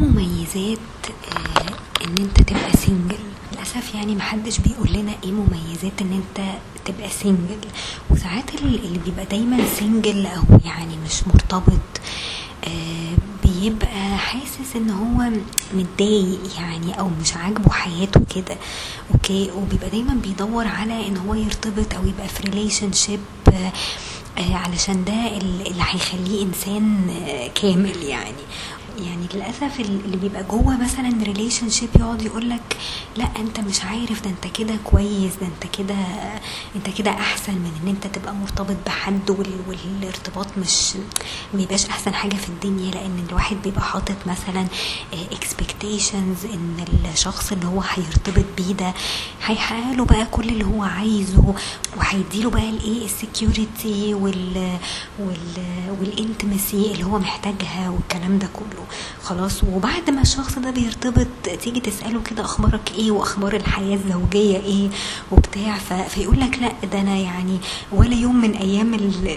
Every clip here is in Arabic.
مميزات ان انت تبقى سنجل؟ للاسف يعني محدش بيقول لنا ايه مميزات ان انت تبقى سنجل. وساعات اللي بيبقى دايما سنجل او يعني مش مرتبط بيبقى حاسس ان هو متضايق يعني او مش عاجبه حياته كده. اوكي، وبيبقى دايما بيدور على ان هو يرتبط او يبقى في ريليشن شيب علشان ده اللي هيخليه انسان كامل يعني للاسف اللي بيبقى جوه مثلا ريليشن شيب يقعد يقولك لا انت مش عارف، ده انت كده كويس، ده انت كده احسن من ان انت تبقى مرتبط بحد. والارتباط مش بيبقاش احسن حاجه في الدنيا، لان الواحد بيبقى حاطط مثلا expectations ان الشخص اللي هو هيرتبط بيه ده هيحقق له بقى كل اللي هو عايزه، وهيديله بقى الايه السكيورتي والانتمسي اللي هو محتاجها والكلام ده كله. خلاص، وبعد ما الشخص ده بيرتبط تيجي تسأله كده اخبارك ايه واخبار الحياة الزوجية ايه وبتاع، فيقول لك لا ده انا يعني ولا يوم من ايام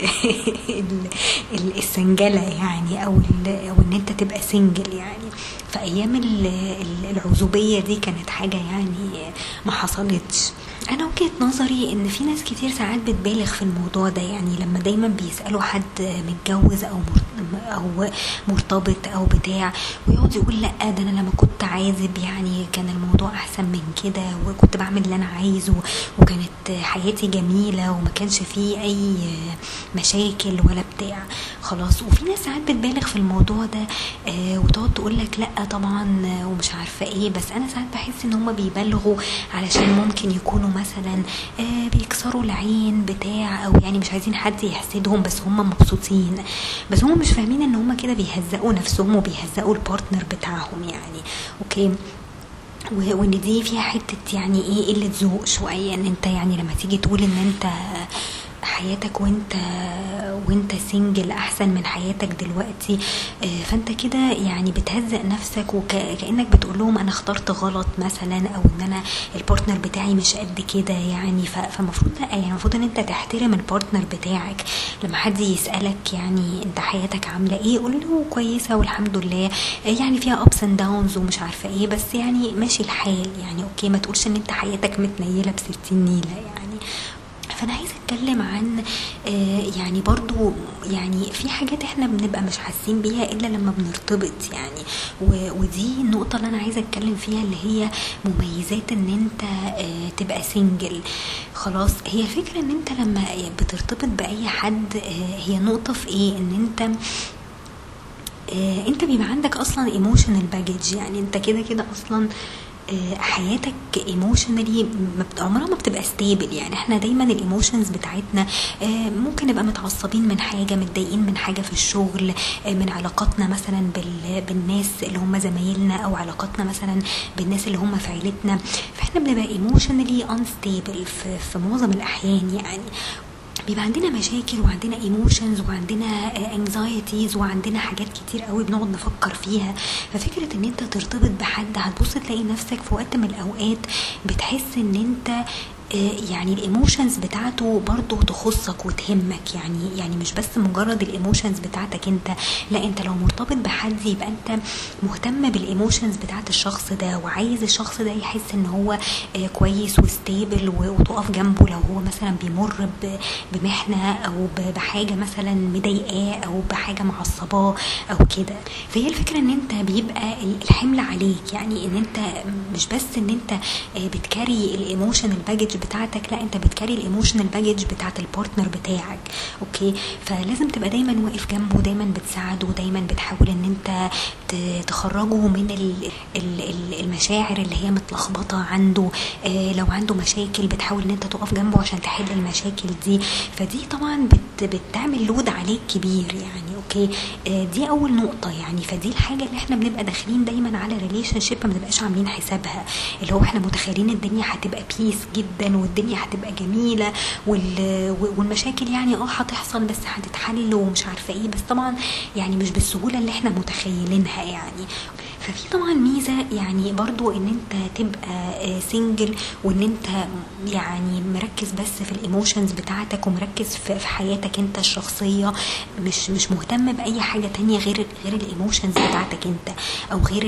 السنجلة يعني او ان انت تبقى سنجل يعني. فايام العزوبية دي كانت حاجة يعني ما حصلتش. انا وجهة نظري ان في ناس كتير ساعات بتبالغ في الموضوع ده، يعني لما دايما بيسألوا حد متجوز او مرتبط او بتاع ويقعد يقول لا ده انا لما كنت عازب يعني كان الموضوع احسن من كده، وكنت بعمل اللي انا عايزه وكانت حياتي جميلة وما كانش فيه اي مشاكل ولا بتاع. خلاص، وفي ناس ساعات بتبالغ في الموضوع ده وتقعد تقول لك لا طبعا ومش عارفة ايه. بس انا ساعات بحس ان هم بيبالغوا علشان ممكن يكونوا مثلا بيكسروا العين بتاع، او يعني مش عايزين حد يحسدهم بس هم مبسوطين، بس هم مش فاهمين ان هم كده بيهزقوا نفسهم وبيهزقوا البارتنر بتاعهم يعني. اوكي، وان دي فيها حتة يعني ايه قلة ذوق شوية، ان انت يعني لما تيجي تقول ان انت حياتك وانت سنجل احسن من حياتك دلوقتي، فانت كده يعني بتهزق نفسك وكأنك بتقول لهم انا اخترت غلط مثلا، او ان انا البارتنر بتاعي مش قد كده يعني. فالمفروض لا، يعني المفروض ان انت تحترم البارتنر بتاعك. لما حد يسألك يعني انت حياتك عاملة ايه، قول له كويسة والحمد لله، يعني فيها ups and downs ومش عارفة ايه، بس يعني ماشي الحال يعني. اوكي، ما تقولش ان انت حياتك متنيلة ب60 نيلة يعني. فانا عايزه اتكلم عن يعني برضو يعني في حاجات احنا بنبقى مش حاسين بيها الا لما بنرتبط يعني. ودي النقطه اللي انا عايزه اتكلم فيها، اللي هي مميزات ان انت تبقى سنجل. خلاص، هي الفكره ان انت لما بترتبط باي حد هي نقطه في ايه، ان انت بيبقى عندك اصلا ايموشنال باجج، يعني انت كده اصلا حياتك ايموشنالي عمرها ما بتبقى ستيبل. يعني احنا دايما الايموشنز بتاعتنا ممكن نبقى متعصبين من حاجه، متضايقين من حاجه في الشغل، من علاقاتنا مثلا بالناس اللي هم زمايلنا، او علاقاتنا مثلا بالناس اللي هم في عيلتنا. فاحنا بنبقى ايموشنالي انستيبل في معظم الاحيان يعني. بيبقى عندنا مشاكل وعندنا ايموشنز وعندنا انكزايتيز وعندنا حاجات كتير قوي بنقعد نفكر فيها. ففكرة ان انت ترتبط بحد هتبص تلاقي نفسك في وقت من الاوقات بتحس ان انت يعني الايموشنز بتاعته برضو تخصك وتهمك يعني مش بس مجرد الايموشنز بتاعتك انت، لا انت لو مرتبط بحد يبقى انت مهتم بالايموشنز بتاعت الشخص ده، وعايز الشخص ده يحس ان هو كويس وستيبل، وتقف جنبه لو هو مثلا بيمر بمحنة او بحاجة مثلا مضايقاه او بحاجة معصباه او كده. فهي الفكرة ان انت بيبقى الحمل عليك، يعني ان انت مش بس ان انت بتكاري الايموشن الباجج بتاعتك، لا انت بتكاري الايموشنال باجج بتاعت البارتنر بتاعك. اوكي، فلازم تبقى دايما واقف جنبه، دايما بتساعده، دايما بتحاول ان انت تخرجه من المشاعر اللي هي متلخبطه عنده. لو عنده مشاكل بتحاول ان انت تقف جنبه عشان تحل المشاكل دي. فدي طبعا بتعمل لود عليك كبير يعني. اوكي، دي اول نقطه يعني. فدي الحاجه اللي احنا بنبقى داخلين دايما على ريليشن شيب ما بنبقاش عاملين حسابها، اللي هو احنا متخيلين الدنيا هتبقى بيس جدا والدنيا هتبقى جميله والمشاكل يعني هتحصل بس هتتحل ومش عارفه ايه، بس طبعا يعني مش بالسهوله اللي احنا متخيلينها يعني. ففي طبعا ميزة يعني برضو ان انت تبقى سنجل، وان انت يعني مركز بس في الايموشنز بتاعتك، ومركز في حياتك انت الشخصية، مش مهتم باي حاجة تانية غير الايموشنز بتاعتك انت، او غير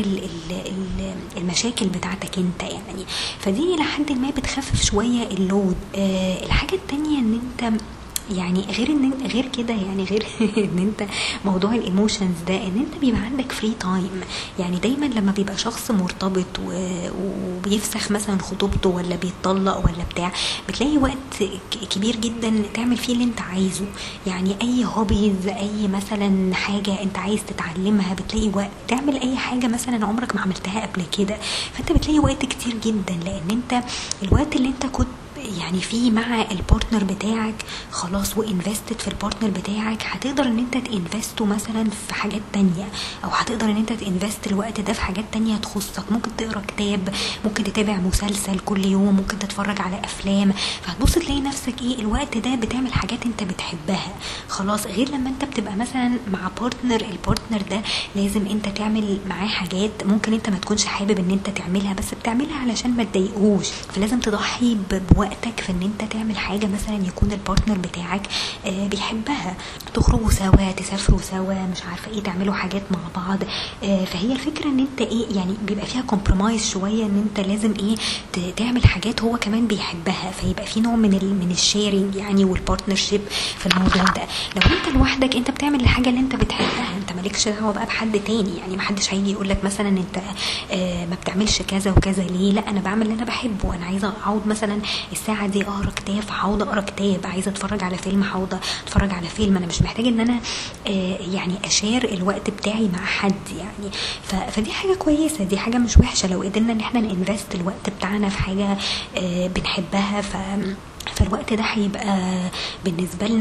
المشاكل بتاعتك انت يعني. فدي لحد ما بتخفف شوية اللود. الحاجة التانية ان انت يعني غير كده يعني غير ان انت موضوع الايموشنز ده، ان انت بيبقى عندك فري تايم. يعني دايما لما بيبقى شخص مرتبط وبيفسخ مثلا خطوبته ولا بيتطلق ولا بتاع، بتلاقي وقت كبير جدا تعمل فيه اللي انت عايزه. يعني اي هوبيز، اي مثلا حاجة انت عايز تتعلمها، بتلاقي وقت تعمل اي حاجة مثلا عمرك ما عملتها قبل كده. فانت بتلاقي وقت كتير جدا، لان انت الوقت اللي انت كنت يعني فيه مع البارتنر بتاعك خلاص، وانفستد في البارتنر بتاعك، هتقدر ان انت تنفستو مثلا في حاجات تانية، او هتقدر ان انت تنفست الوقت ده في حاجات تانية تخصك. ممكن تقرا كتاب، ممكن تتابع مسلسل كل يوم، ممكن تتفرج على افلام. فهتبص تلاقي نفسك الوقت ده بتعمل حاجات انت بتحبها خلاص. غير لما انت بتبقى مثلا مع بارتنر، البارتنر ده لازم انت تعمل معاه حاجات ممكن انت ما تكونش حابب ان انت تعملها، بس بتعملها علشان ما تضايقوش. فلازم تضحي بوقتك في ان انت تعمل حاجة مثلا يكون البارتنر بتاعك بيحبها. تخرجوا سوا، تسافروا سوا، مش عارفة تعملوا حاجات مع بعض. فهي الفكرة ان انت يعني بيبقى فيها كومبرومايز شوية، ان انت لازم تعمل حاجات هو كمان بيحبها، فيبقى في نوع من الشيرنج يعني والبارتنرشيب في الموضوع ده. لو انت لوحدك، انت بتعمل الحاجة اللي انت بتحبها، انت مالكش دعوة بقى بحد تاني. يعني محدش هيجي يقولك مثلا انت ما بتعملش كذا وكذا ليه. لا، انا بعمل اللي انا بحبه. انا عايزة اقعد مثلا الساعة دي اقرا كتاب، هقعد اقرا كتاب. عايزة اتفرج على فيلم، هقعد اتفرج على فيلم. انا مش محتاجة ان انا يعني اشير الوقت بتاعي مع حد يعني. فدي حاجة كويسة، دي حاجة مش وحشة لو قدرنا ان احنا ننفست الوقت بتاعنا في حاجة بنحبها. فالوقت ده هيبقى بالنسبة لنا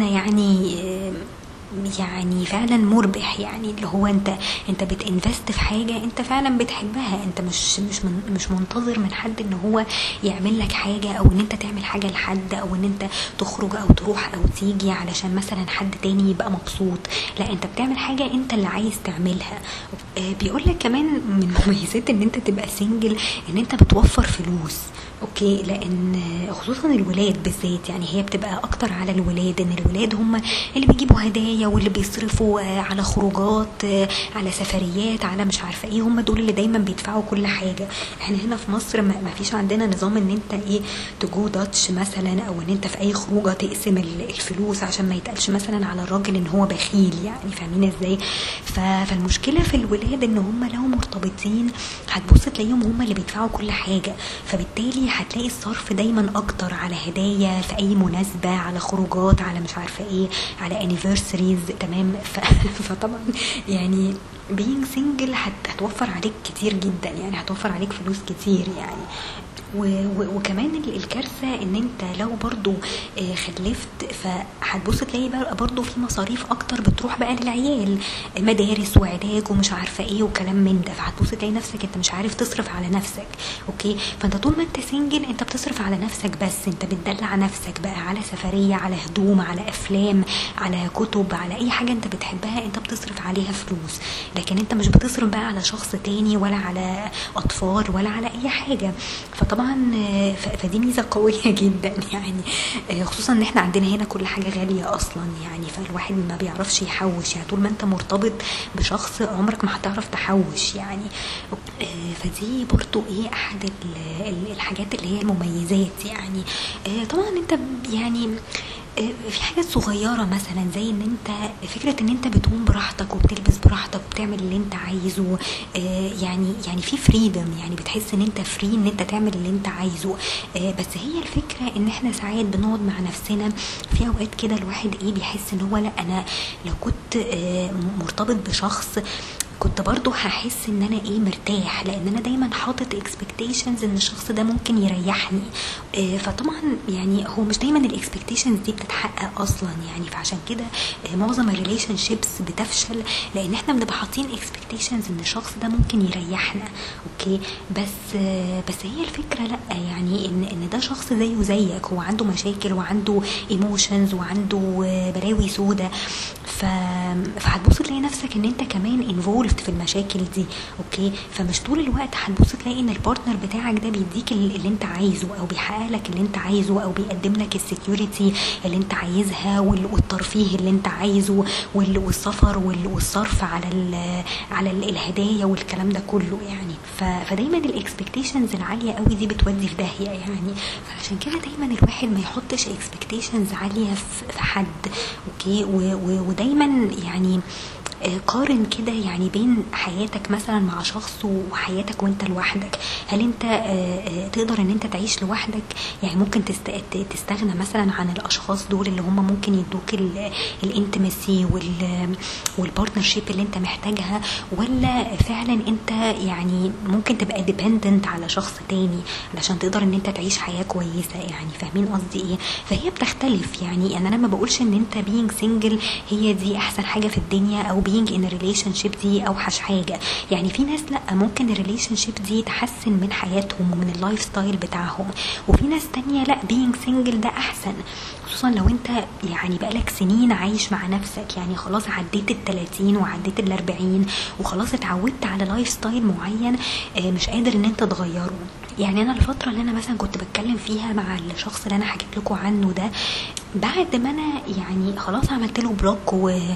يعني فعلا مربح. يعني اللي هو انت بتنفست في حاجة انت فعلا بتحبها. انت مش منتظر من حد ان هو يعمل لك حاجة، او ان انت تعمل حاجة لحد، او ان انت تخرج او تروح او تيجي علشان مثلا حد تاني يبقى مبسوط. لا، انت بتعمل حاجة انت اللي عايز تعملها. بيقول لك كمان من مميزات ان انت تبقى سنجل ان انت بتوفر فلوس. اوكي، لان خصوصا الولاد بالذات، يعني هي بتبقى اكتر على الولاد، ان الولاد هم اللي بيجيبوا هدايا واللي بيصرفوا على خروجات، على سفريات، على مش عارفه هم دول اللي دايما بيدفعوا كل حاجه. احنا هنا في مصر ما فيش عندنا نظام ان انت تجو داتش مثلا، او ان انت في اي خروجه تقسم الفلوس عشان ما يتقالش مثلا على الراجل ان هو بخيل. يعني فاهمين ازاي؟ فالمشكله في الولاد ان هم لو مرتبطين هتبص تلاقيهم هم اللي بيدفعوا كل حاجه. فبالتالي هتلاقي الصرف دايما اكتر على هدايا في اي مناسبة، على خروجات، على مش عارفة على انيفرساريز. تمام. فطبعا يعني being single هتوفر عليك كتير جدا، يعني هتوفر عليك فلوس كتير يعني. وكمان الكارثة ان انت لو برضو خلفت، فهتبص تلاقي بقى برضو في مصاريف اكتر بتروح بقى للعيال، مدارس وعلاج ومش عارفة وكلام من ده. فهتبص تلاقي نفسك انت مش عارف تصرف على نفسك. اوكي، فانت طول ما انت سنجل انت بتصرف على نفسك بس. انت بتدلع نفسك بقى على سفرية، على هدوم، على افلام، على كتب، على اي حاجة انت بتحبها انت بتصرف عليها فلوس. لكن انت مش بتصرف بقى على شخص تاني، ولا على اطفال، ولا على اي حاجة. فطبعا فدي ميزة قوية جدا يعني. خصوصا ان احنا عندنا هنا كل حاجة غالية اصلا يعني. فالواحد ما بيعرفش يحوش. يعني طول ما انت مرتبط بشخص عمرك ما هتعرف تحوش يعني. فدي برضو احد الحاجات اللي هي المميزات يعني. طبعا انت يعني في حاجات صغيرة مثلا زي ان انت فكرة ان انت بتقوم براحتك وبتلبس براحتك وبتعمل اللي انت عايزه. يعني في فريدم، يعني بتحس ان انت فري ان انت تعمل اللي انت عايزه. بس هي الفكرة ان احنا ساعات بنقعد مع نفسنا في اوقات كده الواحد بيحس ان هو لا، انا لو كنت مرتبط بشخص كنت برضو هحس ان انا مرتاح، لان انا دايما حاطط expectations ان الشخص ده ممكن يريحني. فطبعا يعني هو مش دايما الاكسبكتيشنز دي بتتحقق اصلا يعني. فعشان كده معظم الريليشن شيبس بتفشل، لان احنا بنبقى حاطين expectations ان الشخص ده ممكن يريحنا. اوكي، بس هي الفكرة لا، يعني ان ده شخص زيه زيك، هو عنده مشاكل وعنده ايموشنز وعنده بلاوي سودة. فهتبص تلاقي نفسك ان انت كمان انفولد في المشاكل دي. اوكي، فمش طول الوقت هتبص تلاقي ان البارتنر بتاعك ده بيديك اللي انت عايزه، او بيحقق لك اللي انت عايزه، او بيقدم لك السكيورتي اللي انت عايزها والترفيه اللي انت عايزه والسفر والصرف على الهدايا والكلام ده كله يعني. فدايما الاكسبكتيشنز العاليه قوي دي بتودي في داهيه يعني. فعشان كده دايما الواحد ما يحطش اكسبكتيشنز عاليه في حد. اوكي، ودايما يعني قارن كده يعني بين حياتك مثلا مع شخص وحياتك وانت لوحدك. هل انت تقدر ان انت تعيش لوحدك؟ يعني ممكن تستغنى مثلا عن الاشخاص دول اللي هم ممكن يدوك الانتمسي والبارتنرشيب اللي انت محتاجها، ولا فعلا انت يعني ممكن تبقى ديبندنت على شخص تاني علشان تقدر ان انت تعيش حياة كويسة؟ يعني فاهمين قصدي ايه؟ فهي بتختلف يعني. انا ما بقولش ان انت being single هي دي احسن حاجة في الدنيا، او being in a relationship دي اوحش حاجة. يعني في ناس لا، ممكن الريليشن شيب دي تحسن من حياتهم ومن اللايف ستايل بتاعهم، وفي ناس تانية لا، being single ده احسن، خصوصا لو انت يعني بقالك سنين عايش مع نفسك. يعني خلاص عديت 30 وعديت 40 وخلاص اتعودت على لايف ستايل معين مش قادر ان انت تغيره. يعني انا الفترة اللي انا مثلا كنت بتكلم فيها مع الشخص اللي انا حكيت لكم عنه ده، بعد ما انا يعني خلاص عملت له بلوك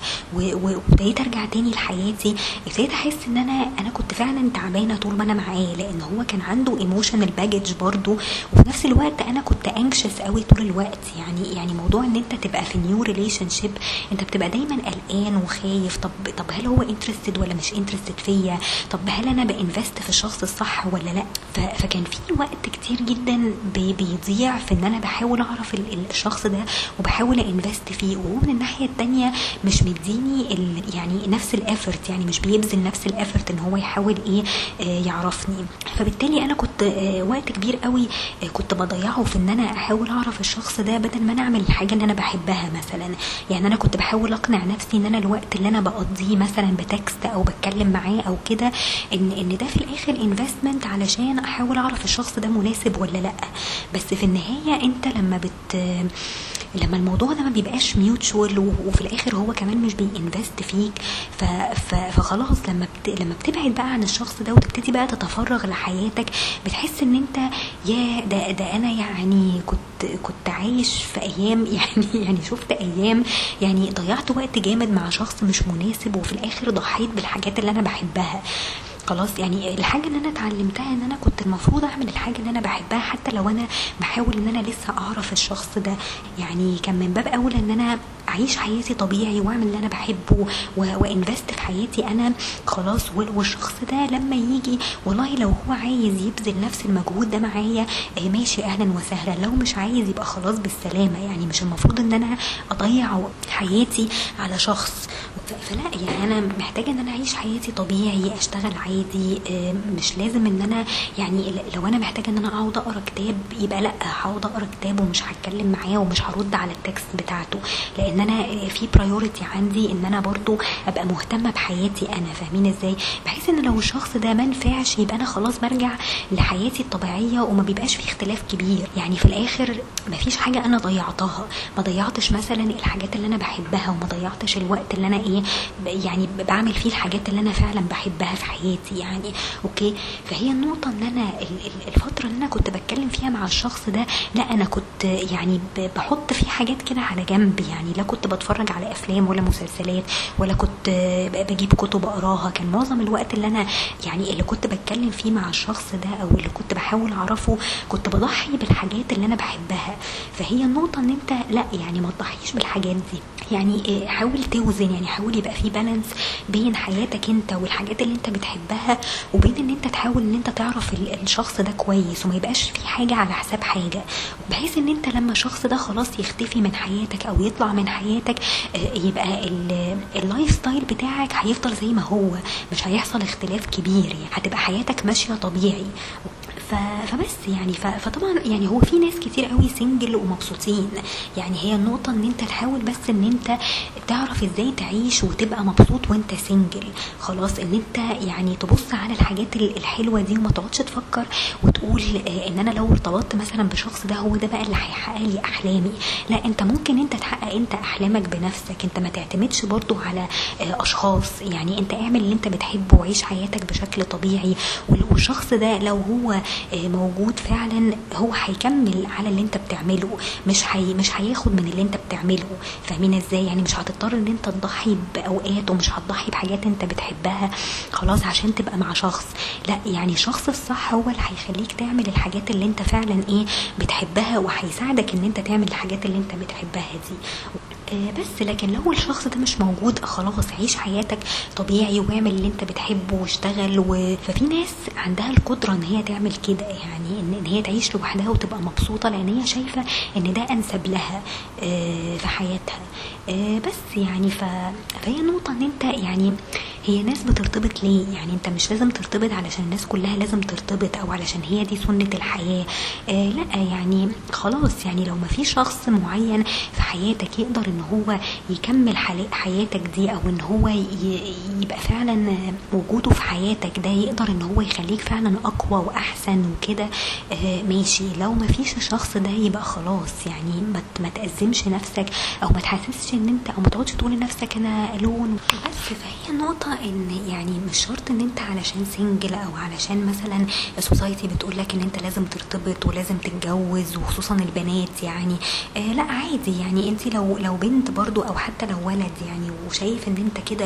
وابتديت ارجع تاني لحياتي، ابتديت احس ان انا كنت فعلا تعبانه طول ما انا معاه، لان هو كان عنده ايموشنال باجج برضو، وفي نفس الوقت انا كنت انكشس قوي طول الوقت. يعني موضوع ان انت تبقى في نيو ريليشن شيب انت بتبقى دايما قلقان وخايف. طب هل هو انترستد ولا مش انترستد فيا؟ طب هل انا بانفست في الشخص الصح ولا لا؟ فكان في وقت كتير جدا بيضيع في ان انا بحاول اعرف الشخص ده وبحاول انفست فيه، وهو من الناحيه التانية مش مديني يعني نفس الافورت، يعني مش بيبذل نفس الافورت ان هو يحاول يعرفني. فبالتالي انا كنت وقت كبير قوي كنت بضيعه في ان انا احاول اعرف الشخص ده بدل ما انا اعمل الحاجه اللي انا بحبها مثلا. يعني انا كنت بحاول اقنع نفسي ان انا الوقت اللي انا بقضيه مثلا بتكست او بتكلم معاه او كده ان ده في الاخر انفستمنت علشان احاول اعرف الشخص ده مناسب ولا لا. بس في النهايه انت لما الموضوع ده ما بيبقاش ميوتشوال وفي الاخر هو كمان مش بينفست فيك، فخلاص لما بتبعد بقى عن الشخص ده وتبتدي بقى تتفرغ لحياتك، بتحس ان انت يا ده انا يعني كنت عايش في ايام يعني شفت ايام يعني ضيعت وقت جامد مع شخص مش مناسب، وفي الاخر ضحيت بالحاجات اللي انا بحبها. خلاص يعني الحاجه اللي انا اتعلمتها ان انا كنت المفروض اعمل الحاجه اللي انا بحبها حتى لو انا بحاول ان انا لسه اعرف الشخص ده. يعني كان من باب اولى ان انا اعيش حياتي طبيعي واعمل اللي انا بحبه وانفست في حياتي انا خلاص. والشخص ده لما يجي والله لو هو عايز يبذل نفس المجهود ده معايا ماشي اهلا وسهلا، لو مش عايز يبقى خلاص بالسلامه. يعني مش المفروض ان انا اضيع حياتي على شخص. فلا يعني انا محتاجه ان انا اعيش حياتي طبيعي، اشتغل عادي. مش لازم ان انا يعني لو انا محتاجه ان انا اقعد اقرا كتاب يبقى لا هقعد اقرا كتاب ومش هتكلم معاه ومش هرد على التكست بتاعته، لان انا في برايورتي عندي ان انا برضو ابقى مهتمه بحياتي انا. فاهمين ازاي؟ بحيث ان لو الشخص ده ما نفعش يبقى انا خلاص برجع لحياتي الطبيعيه وما بيبقاش في اختلاف كبير. يعني في الاخر ما فيش حاجه انا ضيعتها، ما ضيعتش مثلا الحاجات اللي انا بحبها، وما ضيعتش الوقت اللي انا يعني بعمل فيه الحاجات اللي انا فعلا بحبها في حياتي يعني. اوكي، فهي النقطه ان انا الفتره اللي انا كنت بتكلم فيها مع الشخص ده لا انا كنت يعني بحط فيه حاجات كده على جنب. يعني لا كنت بتفرج على افلام ولا مسلسلات ولا كنت بجيب كتب اقراها. كان معظم الوقت اللي انا يعني اللي كنت بتكلم فيه مع الشخص ده او اللي كنت بحاول اعرفه كنت بضحي بالحاجات اللي انا بحبها. فهي النقطه ان انت لا يعني ما تضحيش بالحاجات دي. يعني حاول توزن، يعني حاول يبقى في بالانس بين حياتك انت والحاجات اللي انت بتحبها وبين ان انت تحاول ان انت تعرف الشخص ده كويس وما يبقاش في حاجه على حساب حاجه، بحيث ان انت لما الشخص ده خلاص يختفي من حياتك او يطلع من حياتك يبقى اللايف ستايل بتاعك هيفضل زي ما هو، مش هيحصل اختلاف كبير. يعني هتبقى حياتك ماشيه طبيعي. فبس يعني فطبعا يعني هو في ناس كتير قوي سنجل ومبسوطين. يعني هي النقطة ان انت تحاول بس ان انت تعرف ازاي تعيش وتبقى مبسوط وانت سنجل. خلاص ان انت يعني تبص على الحاجات الحلوة دي، وما تقعدش تفكر وتقول ان انا لو ارتبطت مثلا بشخص ده هو ده بقى اللي هيحقق لي احلامي. لا، انت ممكن انت تحقق انت احلامك بنفسك. انت ما تعتمدش برضو على اشخاص. يعني انت اعمل اللي انت بتحبه وعيش حياتك بشكل طبيعي، والشخص ده لو هو موجود فعلا هو هيكمل على اللي انت بتعمله، مش هياخد من اللي انت بتعمله. فاهمين ازاي؟ يعني مش هتضطر ان انت تضحي باوقات، ومش هتضحي بحاجات انت بتحبها خلاص عشان تبقى مع شخص. لا، يعني الشخص الصح هو اللي هيخليك تعمل الحاجات اللي انت فعلا بتحبها، وهيساعدك ان انت تعمل الحاجات اللي انت بتحبها دي. بس لكن لو الشخص ده مش موجود خلاص عيش حياتك طبيعي واعمل اللي انت بتحبه واشتغل. ففي ناس عندها القدرة ان هي تعمل كده، يعني ان هي تعيش لوحدها وتبقى مبسوطة لان هي شايفة ان ده انسب لها في حياتها. بس يعني فهي نقطة ان انت يعني هي ناس بترتبط ليه؟ يعني انت مش لازم ترتبط علشان الناس كلها لازم ترتبط او علشان هي دي سنة الحياة. لا، يعني خلاص يعني لو ما في شخص معين في حياتك يقدر ان هو يكمل حياتك دي، او ان هو يبقى فعلا وجوده في حياتك ده يقدر ان هو يخليك فعلا اقوى واحسن وكده، ماشي. لو ما فيش الشخص ده يبقى خلاص يعني ما تأزمش نفسك، او ما تحسسش ان انت، او ما تقعدش تقول لنفسك انا الون. بس فهي نقطة ان يعني مش شرط ان انت علشان سنجل او علشان مثلا السوسايتي بتقولك ان انت لازم ترتبط ولازم تتجوز، وخصوصا البنات يعني. لا عادي، يعني انت لو بنت برضو او حتى لو ولد يعني، وشايف ان انت كده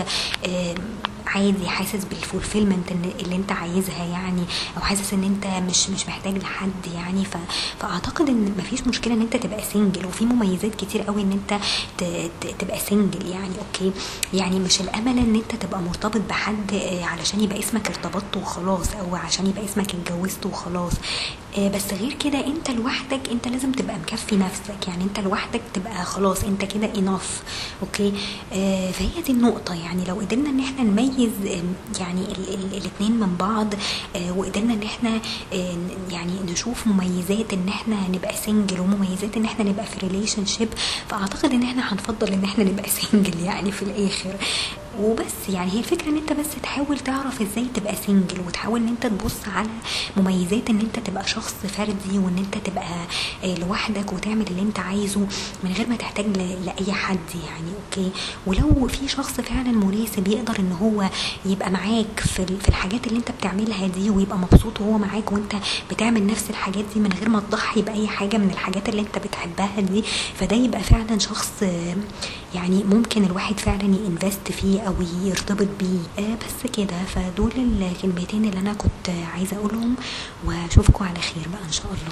عادي، حاسس بالفولفيلمنت اللي انت عايزها يعني، او حاسس ان انت مش محتاج لحد يعني. فاعتقد ان مفيش مشكله ان انت تبقى سنجل، وفي مميزات كتير قوي ان انت تبقى سنجل يعني. اوكي، يعني مش الامل ان انت تبقى مرتبط بحد علشان يبقى اسمك ارتبطت وخلاص، او عشان يبقى اسمك اتجوزت وخلاص. بس غير كده انت لوحدك انت لازم تبقى مكفي نفسك. يعني انت لوحدك تبقى خلاص انت كده اناف. اوكي، فهي دي النقطة. يعني لو قدرنا ان احنا نميز يعني الاتنين من بعض، وقدرنا ان احنا يعني نشوف مميزات ان احنا نبقى سنجل ومميزات ان احنا نبقى في ريليشن شيب، فاعتقد ان احنا هنفضل ان احنا نبقى سنجل يعني في الاخر. وبس يعني هي الفكرة ان انت بس تحاول تعرف ازاي تبقى سنجل، وتحاول ان انت تبص على مميزات ان انت تبقى شخص فردي، وان انت تبقى لوحدك وتعمل اللي انت عايزه من غير ما تحتاج لأي حد يعني. اوكي، ولو في شخص فعلا مناسب يقدر ان هو يبقى معاك في الحاجات اللي انت بتعملها دي، ويبقى مبسوط وهو معاك وانت بتعمل نفس الحاجات دي من غير ما تضحي بأي حاجة من الحاجات اللي انت بتحبها دي، فده يبقى فعلا شخص يعني ممكن الواحد فعلا ينفست فيه او يرتبط بيه. بس كده، فدول الكلمتين اللي انا كنت عايزة اقولهم، واشوفكم على خير بقى ان شاء الله.